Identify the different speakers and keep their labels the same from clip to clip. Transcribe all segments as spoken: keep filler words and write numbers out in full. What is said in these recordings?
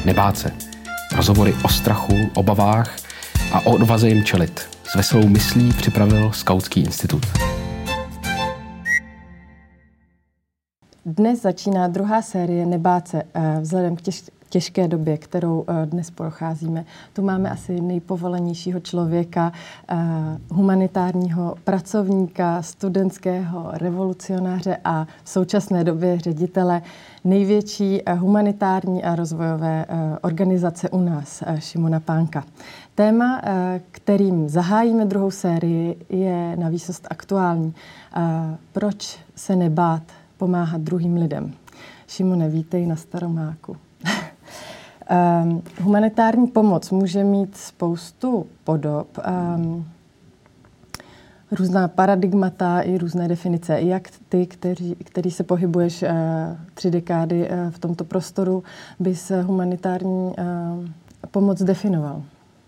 Speaker 1: Nebát se. Rozhovory o strachu, obavách a o odvaze jim čelit. S veselou myslí připravil Skautský institut.
Speaker 2: Dnes začíná druhá série Nebát se. Vzhledem k těž, těžké době, kterou dnes procházíme, tu máme asi nejpovolenějšího člověka, humanitárního pracovníka, studentského revolucionáře a v současné době ředitele největší humanitární a rozvojové organizace u nás, Šimona Pánka. Téma, kterým zahájíme druhou sérii, je navýsost aktuální. Proč se nebát pomáhat druhým lidem? Šimone, vítej na Staromáku. um, humanitární pomoc může mít spoustu podob, um, různá paradigmata i různé definice. Jak ty, který, který se pohybuješ uh, tři dekády uh, v tomto prostoru, bys humanitární uh, pomoc definoval?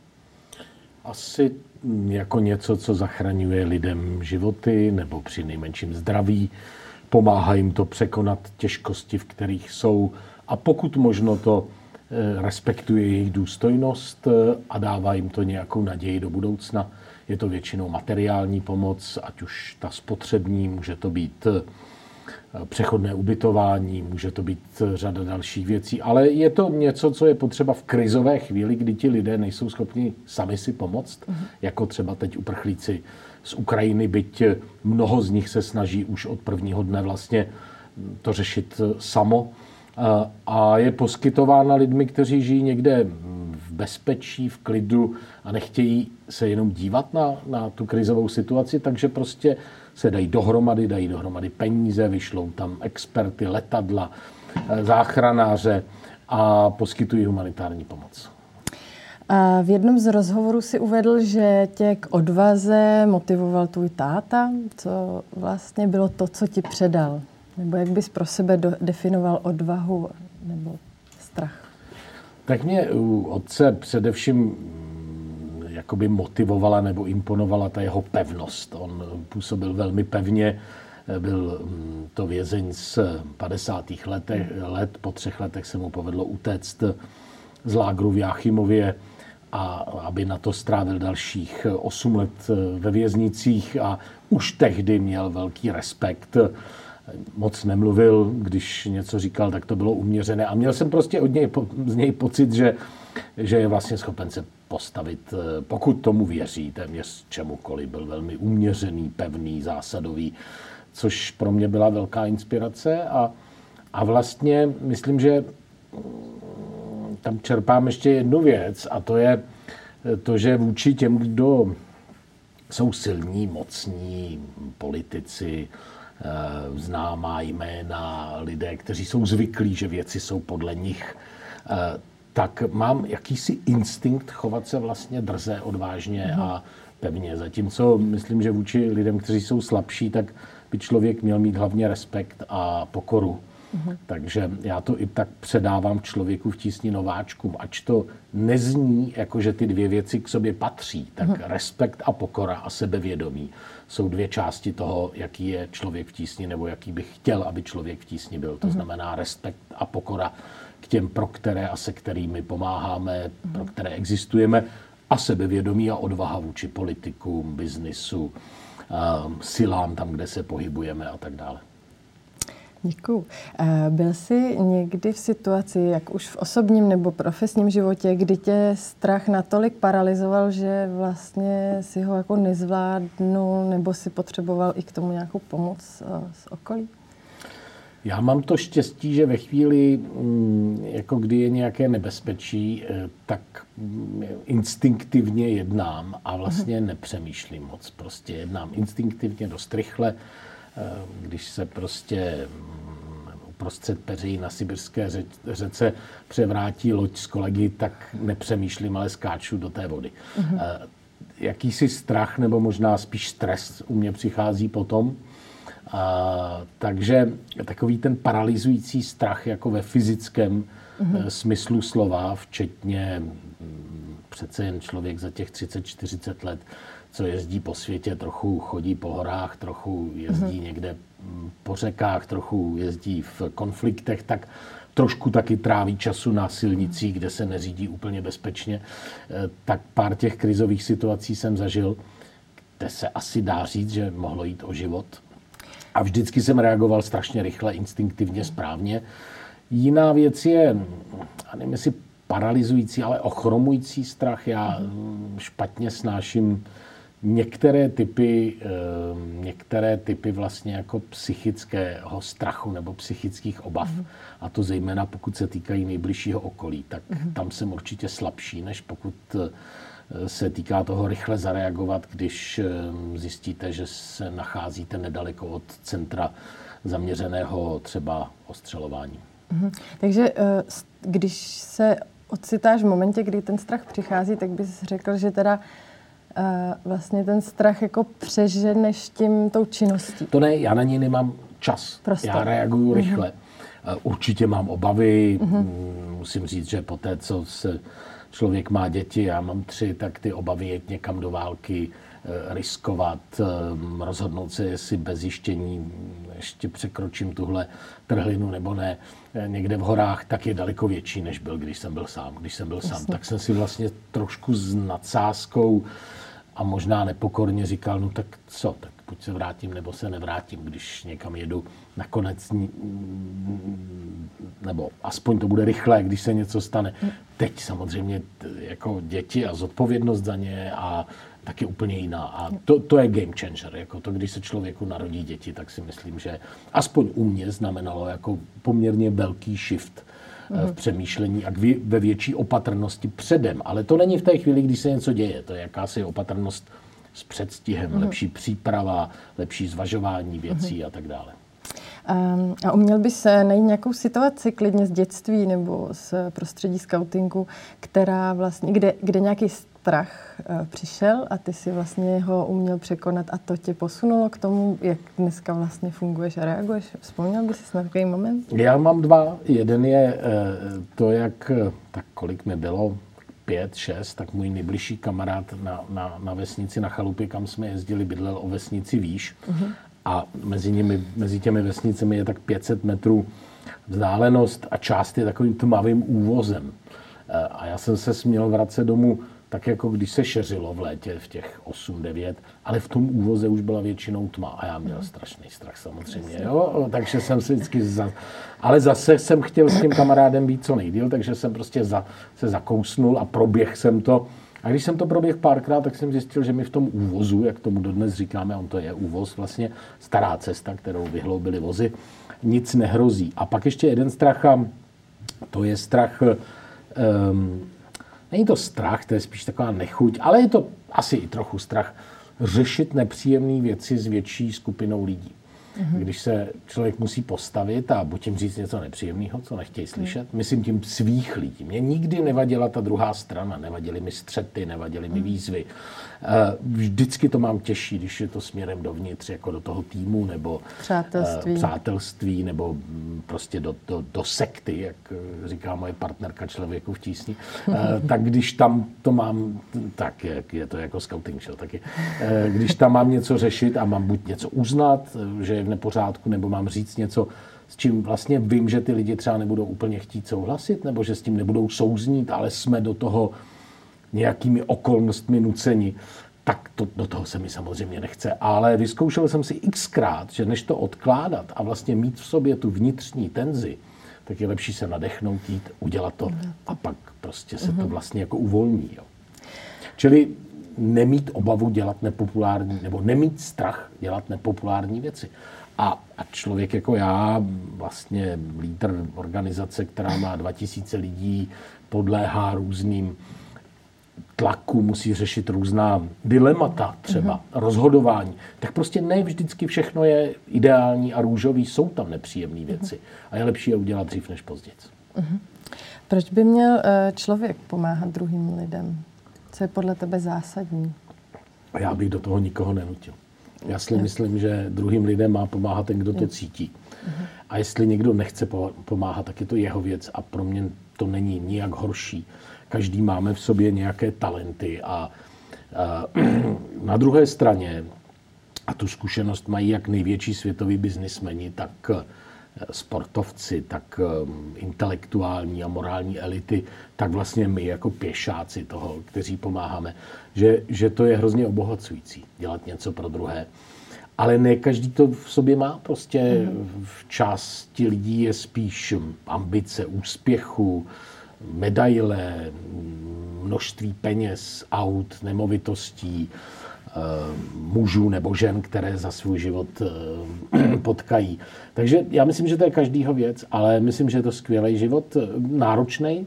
Speaker 3: Asi jako něco, co zachraňuje lidem životy nebo při nejmenším zdraví. Pomáhá jim to překonat těžkosti, v kterých jsou, a pokud možno to respektuje jejich důstojnost a dává jim to nějakou naději do budoucna. Je to většinou materiální pomoc, ať už ta spotřební, může to být přechodné ubytování, může to být řada dalších věcí, ale je to něco, co je potřeba v krizové chvíli, kdy ti lidé nejsou schopni sami si pomoct, mm. jako třeba teď uprchlíci z Ukrajiny, byť mnoho z nich se snaží už od prvního dne vlastně to řešit samo a je poskytována lidmi, kteří žijí někde v bezpečí, v klidu a nechtějí se jenom dívat na, na tu krizovou situaci, takže prostě se dají dohromady, dají dohromady peníze, vyšlou tam experty, letadla, záchranáře a poskytují humanitární pomoc.
Speaker 2: A v jednom z rozhovorů si uvedl, že tě k odvaze motivoval tvůj táta. Co vlastně bylo to, co ti předal? Nebo jak bys pro sebe do, definoval odvahu nebo strach?
Speaker 3: Tak mě u otce především jakoby motivovala nebo imponovala ta jeho pevnost. On působil velmi pevně, byl to vězeň z padesátých letech, let. Po třech letech se mu povedlo utéct z lágru v Jáchymově, a aby na to strávil dalších osm let ve věznicích a už tehdy měl velký respekt. Moc nemluvil, když něco říkal, tak to bylo uměřené a měl jsem prostě od něj, z něj pocit, že, že je vlastně schopen se postavit, pokud tomu věří, téměř čemukoliv. Byl velmi uměřený, pevný, zásadový, což pro mě byla velká inspirace a, a vlastně myslím, že tam čerpám ještě jednu věc a to je to, že vůči těm, kdo jsou silní, mocní, politici, známá jména, lidé, kteří jsou zvyklí, že věci jsou podle nich, tak mám jakýsi instinkt chovat se vlastně drze, odvážně mm. a pevně. Zatímco myslím, že vůči lidem, kteří jsou slabší, tak by člověk měl mít hlavně respekt a pokoru. Mm. Takže já to i tak předávám člověku v tísni nováčkům, ač to nezní, jako že ty dvě věci k sobě patří, tak mm. respekt a pokora a sebevědomí jsou dvě části toho, jaký je člověk v tísni, nebo jaký by chtěl, aby člověk v tísni byl. To mm. znamená respekt a pokora k těm, pro které a se kterými pomáháme, mm. pro které existujeme, a sebevědomí a odvaha vůči politikům, biznisu, silám tam, kde se pohybujeme a tak dále.
Speaker 2: Děkuju. Byl jsi někdy v situaci, jak už v osobním nebo profesním životě, kdy tě strach natolik paralyzoval, že vlastně si ho jako nezvládnul, nebo si potřeboval i k tomu nějakou pomoc z okolí?
Speaker 3: Já mám to štěstí, že ve chvíli, jako kdy je nějaké nebezpečí, tak instinktivně jednám a vlastně nepřemýšlím moc. Prostě jednám instinktivně, dost rychle. Když se prostě uprostřed peří na sibirské řece převrátí loď s kolegy, tak nepřemýšlím, ale skáču do té vody. Uh-huh. Jakýsi strach nebo možná spíš stres u mě přichází potom. A, takže takový ten paralyzující strach jako ve fyzickém uh-huh. smyslu slova, včetně přece jen člověk za těch třicet čtyřicet let, co jezdí po světě, trochu chodí po horách, trochu jezdí uh-huh. někde po řekách, trochu jezdí v konfliktech, tak trošku taky tráví času na silnicích, kde se neřídí úplně bezpečně, tak pár těch krizových situací jsem zažil, kde se asi dá říct, že mohlo jít o život. A vždycky jsem reagoval strašně rychle, instinktivně, správně. Jiná věc je, a nevím jestli paralyzující, ale ochromující strach. Já špatně snáším některé typy, některé typy vlastně jako psychického strachu nebo psychických obav. Mm. A to zejména pokud se týkají nejbližšího okolí, tak mm. tam jsem určitě slabší, než pokud se týká toho rychle zareagovat, když zjistíte, že se nacházíte nedaleko od centra zaměřeného třeba ostřelování.
Speaker 2: Mm. Takže když se ocitáš v momentě, kdy ten strach přichází, tak bys řekl, že teda vlastně ten strach jako přeženeš tím tou činností.
Speaker 3: To ne, já na něj nemám čas. Prostor. Já reaguju rychle. Mm-hmm. Určitě mám obavy. Mm-hmm. Musím říct, že poté, co se člověk má děti, já mám tři, tak ty obavy jet někam do války, riskovat, rozhodnout se, jestli bez zjištění ještě překročím tuhle trhlinu nebo ne, někde v horách, tak je daleko větší, než byl, když jsem byl sám. Když jsem byl sám, tak jsem si vlastně trošku s nadsázkou a možná nepokorně říkal, no tak co, tak buď se vrátím, nebo se nevrátím, když někam jedu. Nakonec, nebo aspoň to bude rychle, když se něco stane. Teď samozřejmě jako děti a zodpovědnost za ně a tak je úplně jiná. A to, to je game changer. Jako to, když se člověku narodí děti, tak si myslím, že aspoň u mě znamenalo jako poměrně velký shift mm-hmm. v přemýšlení a ve větší opatrnosti předem. Ale to není v té chvíli, když se něco děje. To je jakási opatrnost s předstihem, mm-hmm. lepší příprava, lepší zvažování věcí mm-hmm. a tak dále.
Speaker 2: Um, a uměl bys najít nějakou situaci klidně z dětství nebo z prostředí skautingu, která vlastně, kde, kde nějaký strach uh, přišel a ty si vlastně ho uměl překonat a to tě posunulo k tomu, jak dneska vlastně funguješ a reaguješ? Vzpomněl bys si na takový moment?
Speaker 3: Já mám dva. Jeden je uh, to, jak, tak kolik mi bylo, pět, šest, tak můj nejbližší kamarád na, na, na vesnici, na chalupě, kam jsme jezdili, bydlel o vesnici výš. Uh-huh. A mezi nimi, mezi těmi vesnicemi je tak pět set metrů vzdálenost a část je takovým tmavým úvozem. A já jsem se směl vracet domů tak, jako když se šeřilo v létě v těch osm devět, ale v tom úvoze už byla většinou tma a já měl strašný strach samozřejmě. Jo? Takže jsem si vždycky... Za... Ale zase jsem chtěl s tím kamarádem být co nejdýl, takže jsem prostě za... se zakousnul a proběhl jsem to. A když jsem to proběhl párkrát, tak jsem zjistil, že mi v tom úvozu, jak tomu dodnes říkáme, on to je úvoz, vlastně stará cesta, kterou vyhloubily vozy, nic nehrozí. A pak ještě jeden strach, a to je strach, um, není to strach, to je spíš taková nechuť, ale je to asi i trochu strach řešit nepříjemné věci s větší skupinou lidí. Mm-hmm. Když se člověk musí postavit a buď jim říct něco nepříjemného, co nechtějí slyšet, mm. myslím tím svých lidí. Mě nikdy nevadila ta druhá strana, nevadily mi střety, nevadily mi výzvy. Vždycky to mám těžší, když je to směrem dovnitř, jako do toho týmu, nebo
Speaker 2: přátelství,
Speaker 3: přátelství nebo prostě do, do, do sekty, jak říká moje partnerka Člověku v tísni. Tak když tam to mám, tak je, je to jako scouting show taky. Když tam mám něco řešit a mám buď něco uznat, že je v nepořádku, nebo mám říct něco, s čím vlastně vím, že ty lidi třeba nebudou úplně chtít souhlasit, nebo že s tím nebudou souznít, ale jsme do toho nějakými okolnostmi nuceni, tak to, do toho se mi samozřejmě nechce. Ale vyzkoušel jsem si xkrát, že než to odkládat a vlastně mít v sobě tu vnitřní tenzi, tak je lepší se nadechnout, jít, udělat to a pak prostě se to vlastně jako uvolní. Jo. Čili nemít obavu dělat nepopulární, nebo nemít strach dělat nepopulární věci. A, a člověk jako já, vlastně lídr organizace, která má dva tisíce lidí, podléhá různým tlaku, musí řešit různá dilemata třeba, mm-hmm. rozhodování, tak prostě ne vždycky všechno je ideální a růžový, jsou tam nepříjemné věci. Mm-hmm. A je lepší je udělat dřív než později.
Speaker 2: Mm-hmm. Proč by měl člověk pomáhat druhým lidem? Co je podle tebe zásadní?
Speaker 3: A já bych do toho nikoho nenutil. Já si myslím, že druhým lidem má pomáhat ten, kdo to cítí. Uh-huh. A jestli někdo nechce pomáhat, tak je to jeho věc a pro mě to není nijak horší. Každý máme v sobě nějaké talenty a, a na druhé straně, a tu zkušenost mají jak největší světoví biznismeni, tak sportovci, tak intelektuální a morální elity, tak vlastně my jako pěšáci toho, kteří pomáháme, že, že to je hrozně obohacující dělat něco pro druhé. Ale ne každý to v sobě má. Prostě v části lidí je spíš ambice úspěchu, medaile, množství peněz, aut, nemovitostí, mužů nebo žen, které za svůj život potkají. Takže já myslím, že to je každýho věc, ale myslím, že je to skvělý život, náročný.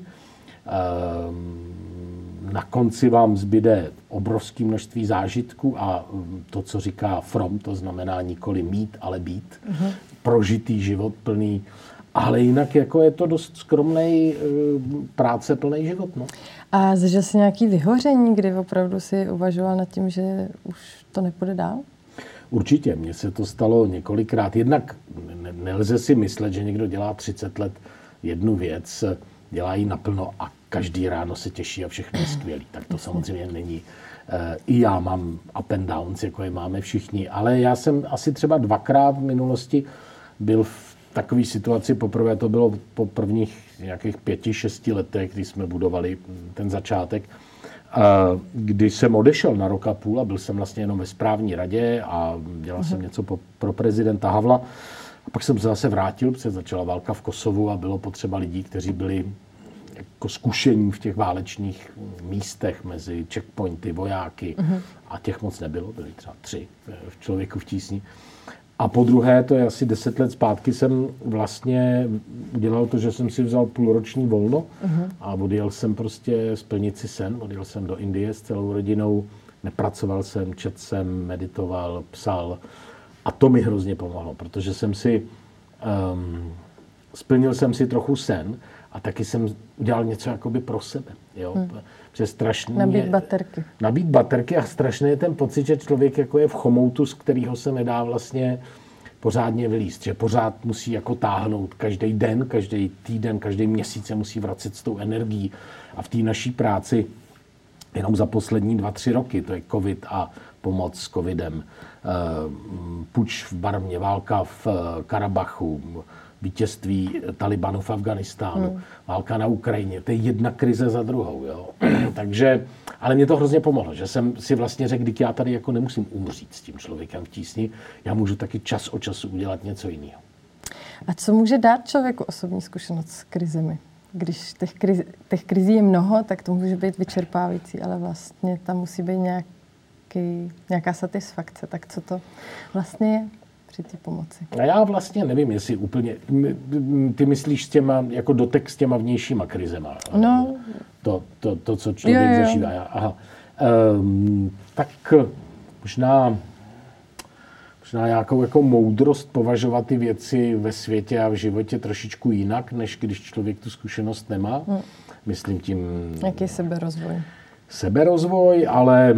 Speaker 3: Na konci vám zbyde obrovské množství zážitků a to, co říká Fromm, to znamená nikoli mít, ale být. Uh-huh. Prožitý život plný. Ale jinak jako je to dost skromnej práce plný život. No.
Speaker 2: A zažil jsi nějaký vyhoření, kdy opravdu si uvažoval nad tím, že už to nepůjde dál?
Speaker 3: Určitě, mně se to stalo několikrát. Jednak nelze si myslet, že někdo dělá třicet let jednu věc, dělá ji naplno a každý ráno se těší a všechno je skvělý. Tak to samozřejmě není. I já mám up and downs, jako je máme všichni, ale já jsem asi třeba dvakrát v minulosti byl v takové situaci. Poprvé to bylo po prvních nějakých pěti, šesti letech, kdy jsme budovali ten začátek, kdy jsem odešel na rok a půl a byl jsem vlastně jenom ve správní radě a dělal jsem něco pro prezidenta Havla. A pak jsem se zase vrátil, protože začala válka v Kosovu a bylo potřeba lidí, kteří byli jako zkušení v těch válečných místech mezi checkpointy, vojáky. Uh-huh. A těch moc nebylo, byli třeba tři v Člověku v tísni. A po druhé, to je asi deset let zpátky, jsem vlastně udělal to, že jsem si vzal půlroční volno uh-huh. a odjel jsem prostě splnit si sen. Odjel jsem do Indie s celou rodinou, nepracoval jsem, četl jsem, meditoval, psal. A to mi hrozně pomohlo, protože jsem si, um, splnil jsem si trochu sen a taky jsem udělal něco jakoby pro sebe. Jo? Hmm. Strašný
Speaker 2: nabít
Speaker 3: je,
Speaker 2: baterky.
Speaker 3: Nabít baterky a strašný je ten pocit, že člověk jako je v chomoutu, z kterého se nedá vlastně pořádně vylízt. Že pořád musí jako táhnout každý den, každý týden, každý měsíc se musí vracet s tou energií. A v té naší práci jenom za poslední dva, tři roky, to je covid a pomoc s covidem, puč v Barmě, válka v Karabachu, vítězství Talibanu v Afganistánu, hmm. válka na Ukrajině, to je jedna krize za druhou. Jo? Takže, ale mě to hrozně pomohlo, že jsem si vlastně řekl, když já tady jako nemusím umřít s tím člověkem v tísni, já můžu taky čas od času udělat něco jiného.
Speaker 2: A co může dát člověku osobní zkušenost s krizemi? Když těch, kriz, těch krizí je mnoho, tak to může být vyčerpávající, ale vlastně tam musí být nějaký, nějaká satisfakce. Tak co to vlastně je při té pomoci?
Speaker 3: A já vlastně nevím, jestli úplně... Ty myslíš s těma, jako dotek s těma vnějšíma krizema?
Speaker 2: No.
Speaker 3: To, to, to co člověk jo, jo. zažívá. Aha. Um, tak možná... Možná nějakou jako moudrost považovat ty věci ve světě a v životě trošičku jinak, než když člověk tu zkušenost nemá. Hmm. Myslím tím...
Speaker 2: Jaký seberozvoj?
Speaker 3: Seberozvoj, ale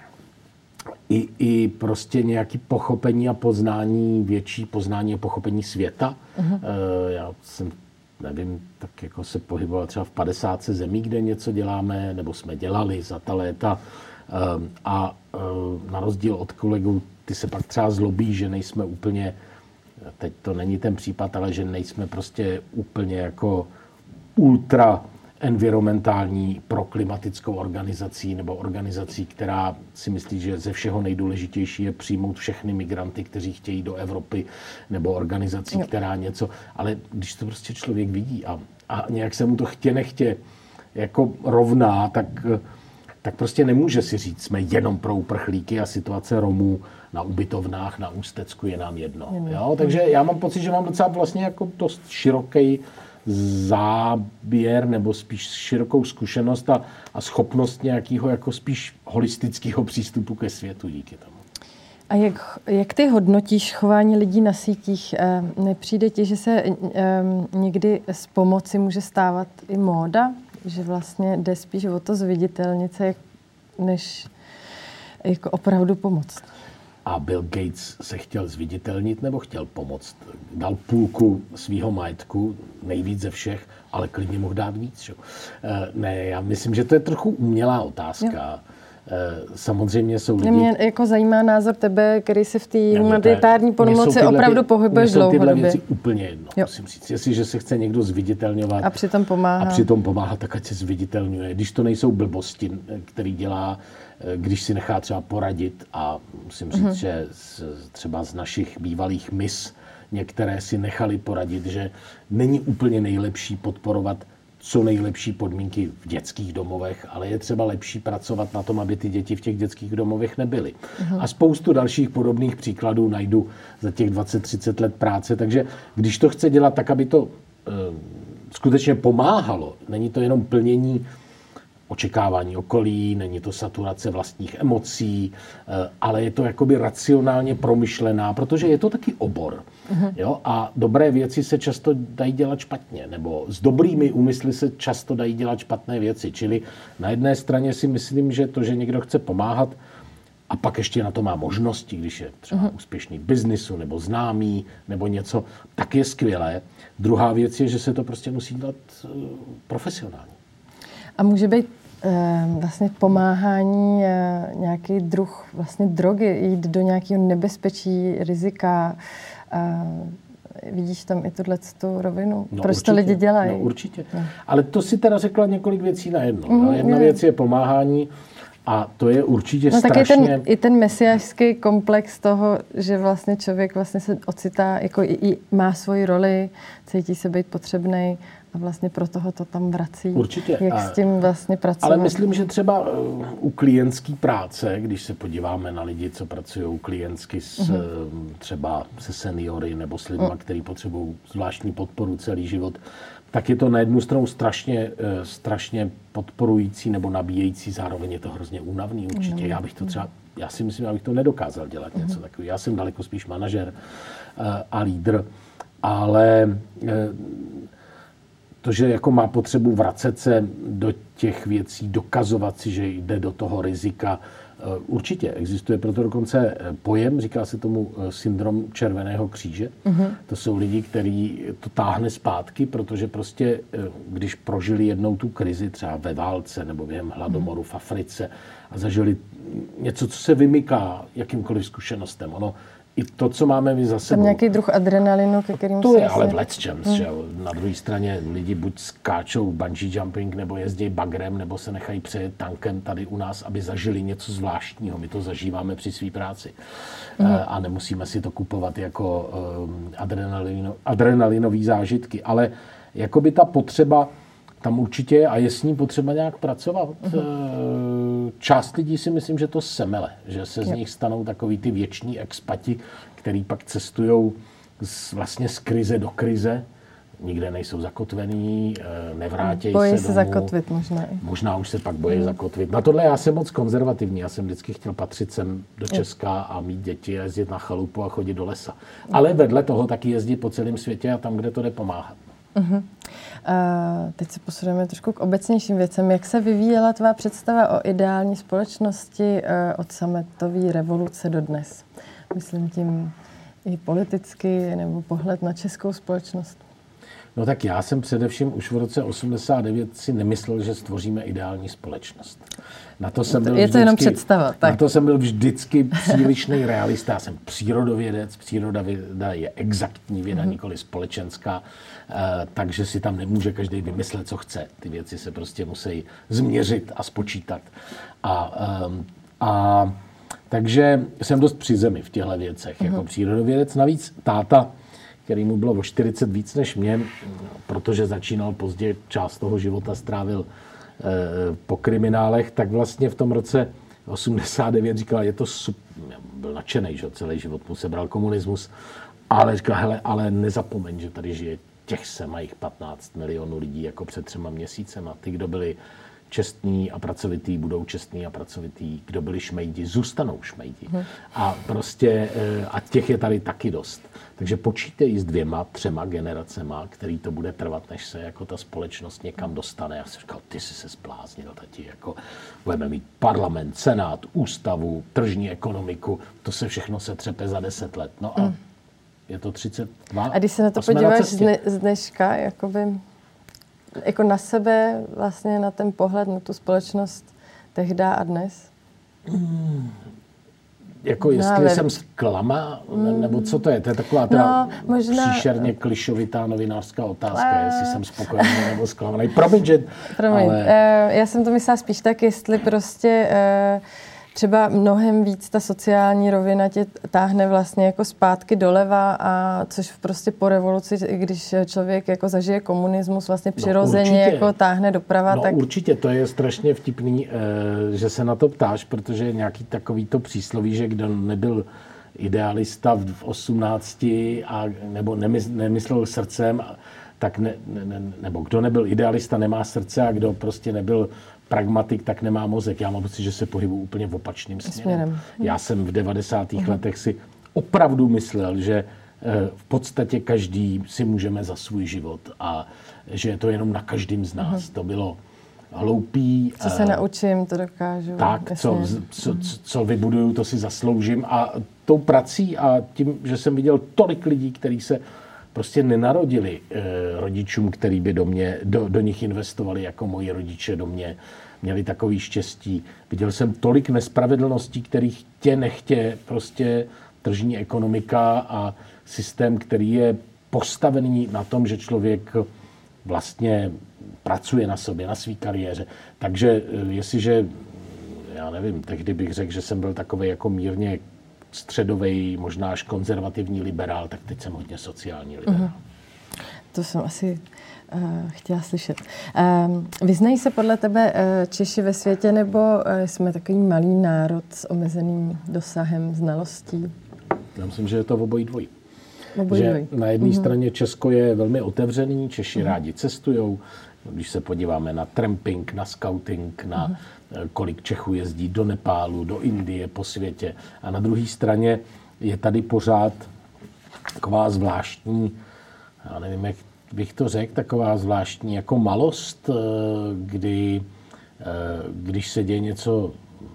Speaker 3: i, i prostě nějaký pochopení a poznání, větší poznání a pochopení světa. Hmm. E, já jsem, nevím, tak jako se pohyboval třeba v padesátce zemí, kde něco děláme, nebo jsme dělali za ta léta. E, a e, na rozdíl od kolegů, ty se pak třeba zlobí, že nejsme úplně, teď to není ten případ, ale že nejsme prostě úplně jako ultra environmentální proklimatickou organizací nebo organizací, která si myslí, že ze všeho nejdůležitější je přijmout všechny migranty, kteří chtějí do Evropy, nebo organizací, která něco, ale když to prostě člověk vidí a, a nějak se mu to chtě nechtě jako rovná, tak tak prostě nemůže si říct, jsme jenom pro uprchlíky a situace Romů na ubytovnách na Ústecku je nám jedno. Jo? Takže já mám pocit, že mám docela vlastně jako dost široký záběr nebo spíš širokou zkušenost a, a schopnost nějakého jako spíš holistického přístupu ke světu díky tomu.
Speaker 2: A jak, jak ty hodnotíš chování lidí na sítích? Nepřijde ti, že se někdy z pomoci může stávat i móda? Že vlastně jde spíš o to zviditelnit se, než jako opravdu pomoct.
Speaker 3: A Bill Gates se chtěl zviditelnit nebo chtěl pomoct? Dal půlku svýho majetku, nejvíc ze všech, ale klidně mohl dát víc. Že? Ne, já myslím, že to je trochu umělá otázka. Samozřejmě jsou lidi...
Speaker 2: Mě jako zajímá názor tebe, který si v té humanitární pomoci opravdu pohybuješ dlouhodobě.
Speaker 3: Jsou tyhle věci úplně jedno, jo. musím říct. Jestliže se chce někdo zviditelňovat
Speaker 2: a přitom pomáhá,
Speaker 3: a přitom pomáhá, tak ať se zviditelňuje. Když to nejsou blbosti, který dělá, když si nechá třeba poradit, a musím říct, mm-hmm. že z, třeba z našich bývalých mis některé si nechali poradit, že není úplně nejlepší podporovat co nejlepší podmínky v dětských domovech, ale je třeba lepší pracovat na tom, aby ty děti v těch dětských domovech nebyly. Uhum. A spoustu dalších podobných příkladů najdu za těch dvacet třicet let práce. Takže když to chce dělat tak, aby to e, skutečně pomáhalo, není to jenom plnění očekávání okolí, není to saturace vlastních emocí, ale je to jakoby racionálně promyšlená, protože je to taky obor. Uh-huh. Jo? A dobré věci se často dají dělat špatně, nebo s dobrými úmysly se často dají dělat špatné věci. Čili na jedné straně si myslím, že to, že někdo chce pomáhat a pak ještě na to má možnosti, když je třeba uh-huh. úspěšný v biznisu, nebo známý, nebo něco, tak je skvělé. Druhá věc je, že se to prostě musí dělat uh, profesionálně.
Speaker 2: A může být e, vlastně pomáhání e, nějaký druh vlastně drogy, jít do nějakého nebezpečí, rizika. E, vidíš tam i tuto rovinu?
Speaker 3: No,
Speaker 2: Proč
Speaker 3: určitě,
Speaker 2: to lidi dělají?
Speaker 3: No určitě. No. Ale to si teda řekla několik věcí najednou. Mm, Jedna je. věc je pomáhání a to je určitě
Speaker 2: no,
Speaker 3: strašně...
Speaker 2: No tak je ten, i ten mesiášský komplex toho, že vlastně člověk vlastně se ocitá, jako i, i má svoji roli, cítí se být potřebnej. A vlastně pro toho to tam vrací.
Speaker 3: Určitě.
Speaker 2: Jak
Speaker 3: a,
Speaker 2: s tím vlastně pracovat.
Speaker 3: Ale myslím, že třeba u klientské práce, když se podíváme na lidi, co pracují klientsky s, uh-huh. třeba se seniory nebo s lidmi, uh-huh. kteří potřebují zvláštní podporu celý život, tak je to na jednu stranu strašně, strašně podporující nebo nabíjející, zároveň je to hrozně únavný určitě. Uh-huh. Já bych to třeba, já si myslím, abych to nedokázal dělat uh-huh. něco takového. Já jsem daleko spíš manažer a lídr, ale to, že jako má potřebu vracet se do těch věcí, dokazovat si, že jde do toho rizika. Určitě existuje proto dokonce pojem, říká se tomu syndrom Červeného kříže. Mm-hmm. To jsou lidi, kteří to táhne zpátky, protože prostě, když prožili jednou tu krizi, třeba ve válce nebo během hladomoru v Africe a zažili něco, co se vymyká jakýmkoliv zkušenostem, ono i to, co máme my za sebou.
Speaker 2: Tam nějaký druh adrenalinu, ke kterému
Speaker 3: to
Speaker 2: se...
Speaker 3: To je ale v lecčems, hmm. že jo. Na druhé straně lidi buď skáčou bungee jumping, nebo jezdí bagrem, nebo se nechají přejet tankem tady u nás, aby zažili něco zvláštního. My to zažíváme při své práci. Hmm. E, a nemusíme si to kupovat jako um, adrenalino, adrenalinové zážitky. Ale jakoby ta potřeba tam určitě je a je s ní potřeba nějak pracovat. Mm-hmm. Část lidí si myslím, že to semele, že se z nich stanou takový ty věční expati, který pak cestujou z, vlastně z krize do krize, nikde nejsou zakotvený, nevrátějí
Speaker 2: bojí
Speaker 3: se domů.
Speaker 2: se zakotvit možná.
Speaker 3: Možná už se pak bojí mm. zakotvit. Na tohle já jsem moc konzervativní, já jsem vždycky chtěl patřit sem do Česka a mít děti a jezdit na chalupu a chodit do lesa. Mm. Ale vedle toho taky jezdit po celém světě a tam, kde to jde, pomáhat.
Speaker 2: Uh-huh. A teď se posuneme trošku k obecnějším věcem. Jak se vyvíjela tvá představa o ideální společnosti od sametové revoluce do dnes? Myslím tím i politicky, nebo pohled na českou společnost.
Speaker 3: No tak já jsem především už v roce osmdesát devět si nemyslel, že stvoříme ideální společnost. Na to jsem byl
Speaker 2: je to
Speaker 3: vždycky,
Speaker 2: jenom představa. Tak.
Speaker 3: Na to jsem byl vždycky přílišný realista. Já jsem přírodovědec, příroda je exaktní věda, mm-hmm. nikoli společenská, takže si tam nemůže každý vymyslet, co chce. Ty věci se prostě musí změřit a spočítat. A, a takže jsem dost při zemi v těchto věcech, mm-hmm. jako přírodovědec. Navíc táta, který mu bylo o čtyřicet víc než mě, protože začínal pozdě, část toho života strávil e, po kriminálech, tak vlastně v tom roce osmdesát devět říkal, je to super, byl nadšenej, že celý život mu sebral komunismus, ale říkal, hele, ale nezapomeň, že tady žije těch se mají patnáct milionů lidí jako před třema měsícema. Ty, kdo byli čestní a pracovitý, budou čestní a pracovitý. Kdo byli šmejdi, zůstanou šmejdi. Hmm. A prostě, a těch je tady taky dost. Takže počítej s dvěma, třema generacema, který to bude trvat, než se jako ta společnost někam dostane. Já jsem říkal, ty jsi se zbláznil, tati, jako budeme mít parlament, senát, ústavu, tržní ekonomiku, to se všechno se třepe za deset let. No a hmm. je to třicet dva.
Speaker 2: A když se na to podíváš z, dne, z dneška, jakoby, jako na sebe, vlastně na ten pohled, na tu společnost tehdy a dnes?
Speaker 3: Hmm. Jako jestli
Speaker 2: no,
Speaker 3: jsem zklama, mm. nebo co to je? To je taková teda
Speaker 2: no, možná...
Speaker 3: příšerně klišovitá novinářská otázka, ale... jestli jsem spokojený nebo zklamaný. Promiň, že...
Speaker 2: Promiň,
Speaker 3: ale...
Speaker 2: uh, já jsem to myslela spíš tak, jestli prostě... Uh, třeba mnohem víc ta sociální rovina tě táhne vlastně jako zpátky doleva, a což prostě po revoluci, když člověk jako zažije komunismus, vlastně přirozeně no, jako táhne doprava.
Speaker 3: No
Speaker 2: tak...
Speaker 3: určitě, to je strašně vtipný, že se na to ptáš, protože nějaký takový to přísloví, že kdo nebyl idealista v osmnácti a nebo nemyslel srdcem, tak ne, ne, nebo kdo nebyl idealista, nemá srdce, a kdo prostě nebyl pragmatik, tak nemá mozek. Já mám pocit, že se pohybuji úplně v opačným směrem. směrem. Já jsem v devadesátých uh-huh. letech si opravdu myslel, že v podstatě každý si můžeme za svůj život a že je to jenom na každém z nás. Uh-huh. To bylo hloupý.
Speaker 2: Co se naučím, to dokážu.
Speaker 3: Tak, co, co, co vybuduju, to si zasloužím. A tou prací a tím, že jsem viděl tolik lidí, kteří se prostě nenarodili eh, rodičům, který by do, mě, do, do nich investovali, jako moji rodiče do mě měli takový štěstí. Viděl jsem tolik nespravedlností, kterých tě nechtě prostě tržní ekonomika a systém, který je postavený na tom, že člověk vlastně pracuje na sobě, na své kariéře. Takže jestliže, já nevím, tehdy bych řekl, že jsem byl takový jako mírně středovej, možná až konzervativní liberál, tak teď jsem hodně sociální liberál. Uh-huh.
Speaker 2: To jsem asi uh, chtěla slyšet. Uh, vyznají se podle tebe uh, Češi ve světě, nebo uh, jsme takový malý národ s omezeným dosahem znalostí?
Speaker 3: Já myslím, že je to obojí dvojí.
Speaker 2: Obojí
Speaker 3: že
Speaker 2: dvojí.
Speaker 3: Na jedné uh-huh. straně Česko je velmi otevřený, Češi uh-huh. rádi cestujou. Když se podíváme na tramping, na scouting, na uh-huh. kolik Čechů jezdí do Nepálu, do Indie, po světě. A na druhé straně je tady pořád taková zvláštní, já nevím, jak bych to řekl, taková zvláštní jako malost, kdy, když se děje něco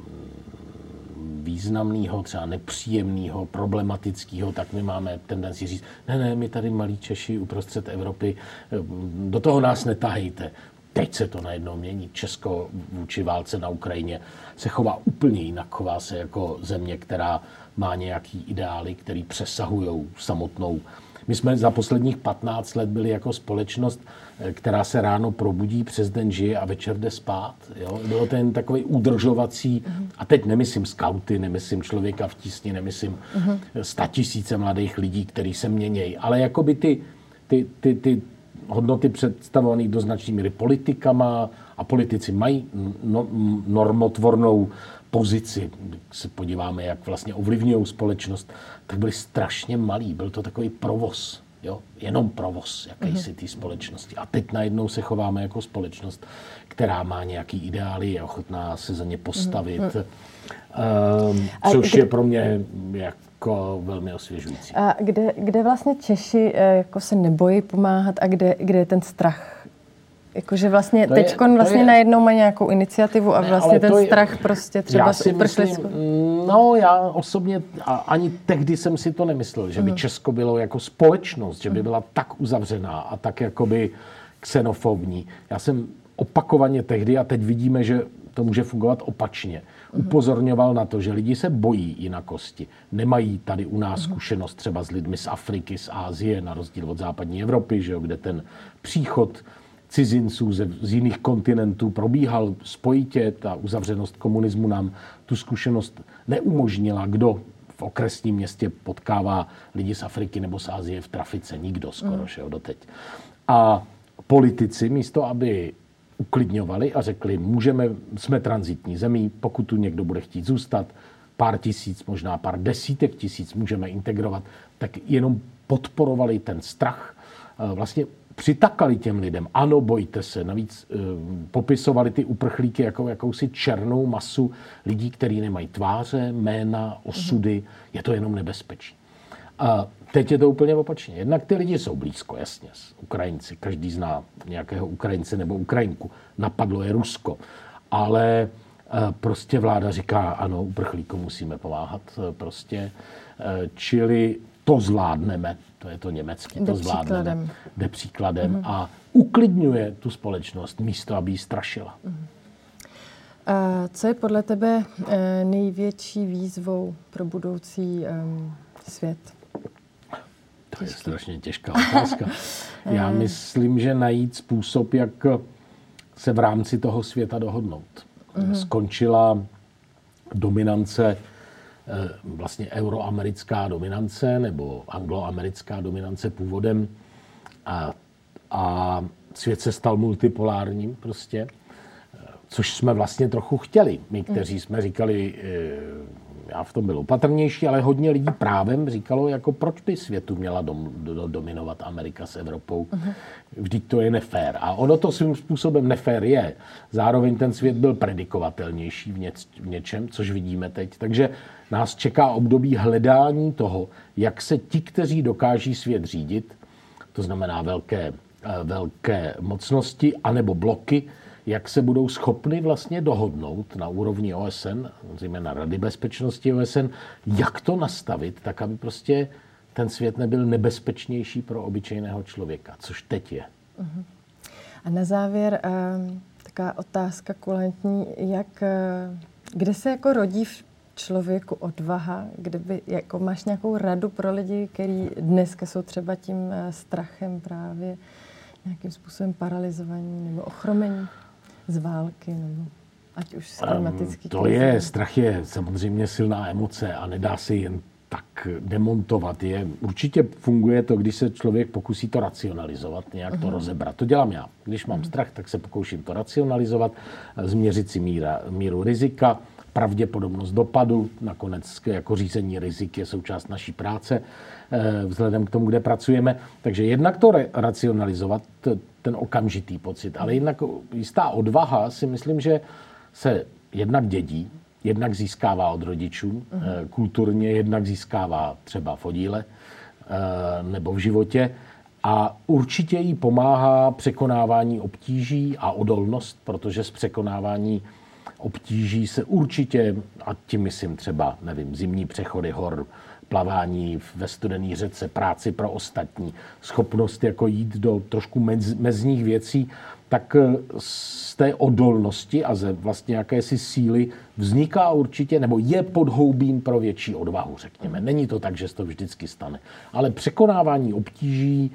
Speaker 3: významného, třeba nepříjemného, problematického, tak my máme tendenci říct, ne, ne, my tady malí Češi uprostřed Evropy, do toho nás netahejte. Teď se to najednou mění. Česko vůči válce na Ukrajině se chová úplně jinak. Chová se jako země, která má nějaký ideály, které přesahují samotnou. My jsme za posledních patnáct let byli jako společnost, která se ráno probudí, přes den žije a večer jde spát. Jo? Bylo to jen takový udržovací, uh-huh. a teď nemyslím skauty, nemyslím člověka v tísni, nemyslím uh-huh. statisíce mladých lidí, kteří se měnějí, ale jakoby ty, ty, ty, ty hodnoty představované do značné míry politikama, a politici mají no, normotvornou pozici, když se podíváme, jak vlastně ovlivňují společnost, tak byli strašně malí. Byl to takový provoz, jo? Jenom provoz jakýsi té společnosti. A teď najednou se chováme jako společnost, která má nějaký ideály, je ochotná se za ně postavit, mm-hmm. um, což kde, je pro mě jako velmi osvěžující.
Speaker 2: A kde, kde vlastně Češi jako se nebojí pomáhat a kde, kde je ten strach? Jakože vlastně teď vlastně je, najednou má nějakou iniciativu a ne, vlastně ten je, strach prostě třeba
Speaker 3: já si myslím, no já osobně a ani tehdy jsem si to nemyslel, že by uh-huh. Česko bylo jako společnost, že by byla tak uzavřená a tak jakoby xenofobní. Já jsem opakovaně tehdy, a teď vidíme, že to může fungovat opačně, uh-huh. upozorňoval na to, že lidi se bojí jinakosti. Nemají tady u nás uh-huh. zkušenost třeba s lidmi z Afriky, z Asie, na rozdíl od západní Evropy, že jo, kde ten příchod cizinců z, z jiných kontinentů probíhal spojitě. Ta uzavřenost komunismu nám tu zkušenost neumožnila. Kdo v okresním městě potkává lidi z Afriky nebo z Asie v trafice? Nikdo skoro, mm. že jo, doteď. A politici místo, aby uklidňovali a řekli, můžeme, jsme tranzitní zemí, pokud tu někdo bude chtít zůstat, pár tisíc, možná pár desítek tisíc můžeme integrovat, tak jenom podporovali ten strach, vlastně přitakali těm lidem, ano, bojte se. Navíc e, popisovali ty uprchlíky jako jakousi černou masu lidí, kteří nemají tváře, jména, osudy. Je to jenom nebezpečí. A teď je to úplně opačně. Jednak ty lidi jsou blízko, jasně. Ukrajinci, každý zná nějakého Ukrajince nebo Ukrajinku. Napadlo je Rusko. Ale e, prostě vláda říká, ano, uprchlíkům musíme pomáhat. Prostě, e, čili to zvládneme. To je to německé, to zvládneme. Jde příkladem. Uh-huh. A uklidňuje tu společnost místo, aby ji strašila. Uh-huh.
Speaker 2: A co je podle tebe největší výzvou pro budoucí svět?
Speaker 3: To je strašně těžká otázka. Já myslím, že najít způsob, jak se v rámci toho světa dohodnout. Mm-hmm. Skončila dominance, vlastně euroamerická dominance nebo angloamerická dominance původem a, a svět se stal multipolárním prostě, což jsme vlastně trochu chtěli. My, kteří jsme říkali, já v tom byl opatrnější, ale hodně lidí právem říkalo, jako proč by světu měla dom, do, dominovat Amerika s Evropou. Uh-huh. Vždyť to je nefér. A ono to svým způsobem nefér je. Zároveň ten svět byl predikovatelnější v, něc, v něčem, což vidíme teď. Takže nás čeká období hledání toho, jak se ti, kteří dokáží svět řídit, to znamená velké, velké mocnosti anebo bloky, jak se budou schopni vlastně dohodnout na úrovni O S N, zejména Rady bezpečnosti O S N, jak to nastavit, tak aby prostě ten svět nebyl nebezpečnější pro obyčejného člověka, což teď je.
Speaker 2: Uh-huh. A na závěr um, taková otázka kulantní, jak, uh, kde se jako rodí v člověku odvaha, kdyby, jako máš nějakou radu pro lidi, kteří dneska jsou třeba tím uh, strachem právě nějakým způsobem paralizovaní nebo ochromení z války, nebo ať už z klimatický
Speaker 3: um, To krize. je, strach je samozřejmě silná emoce a nedá se jen tak demontovat. Je, určitě funguje to, když se člověk pokusí to racionalizovat, nějak uh-huh. to rozebrat. To dělám já. Když mám uh-huh. strach, tak se pokouším to racionalizovat, změřit si míra, míru rizika, pravděpodobnost dopadu, nakonec jako řízení rizik je součást naší práce, vzhledem k tomu, kde pracujeme. Takže jednak to racionalizovat, ten okamžitý pocit, ale jednak jistá odvaha si myslím, že se jednak dědí, jednak získává od rodičů, uh-huh. kulturně, jednak získává třeba v oddíle nebo v životě a určitě jí pomáhá překonávání obtíží a odolnost, protože z překonávání obtíží se určitě, a tím myslím třeba, nevím, zimní přechody hor, plavání ve studené řece, práci pro ostatní, schopnost jako jít do trošku mez, mezních věcí, tak z té odolnosti a ze vlastně jakési síly vzniká určitě, nebo je podhoubím pro větší odvahu, řekněme. Není to tak, že se to vždycky stane. Ale překonávání obtíží,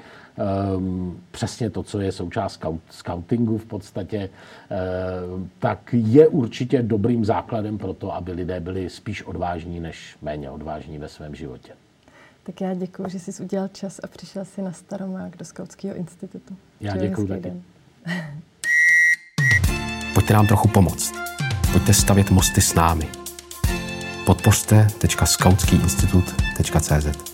Speaker 3: um, přesně to, co je součást skautingu v podstatě, um, tak je určitě dobrým základem pro to, aby lidé byli spíš odvážní, než méně odvážní ve svém životě.
Speaker 2: Tak já děkuji, že jsi udělal čas a přišel si na Staromák do Skautského institutu.
Speaker 3: Já děkuji taky.
Speaker 1: Pojďte nám trochu pomoct. Pojďte stavět mosty s námi. podpořte tečka skautský institut tečka cé zet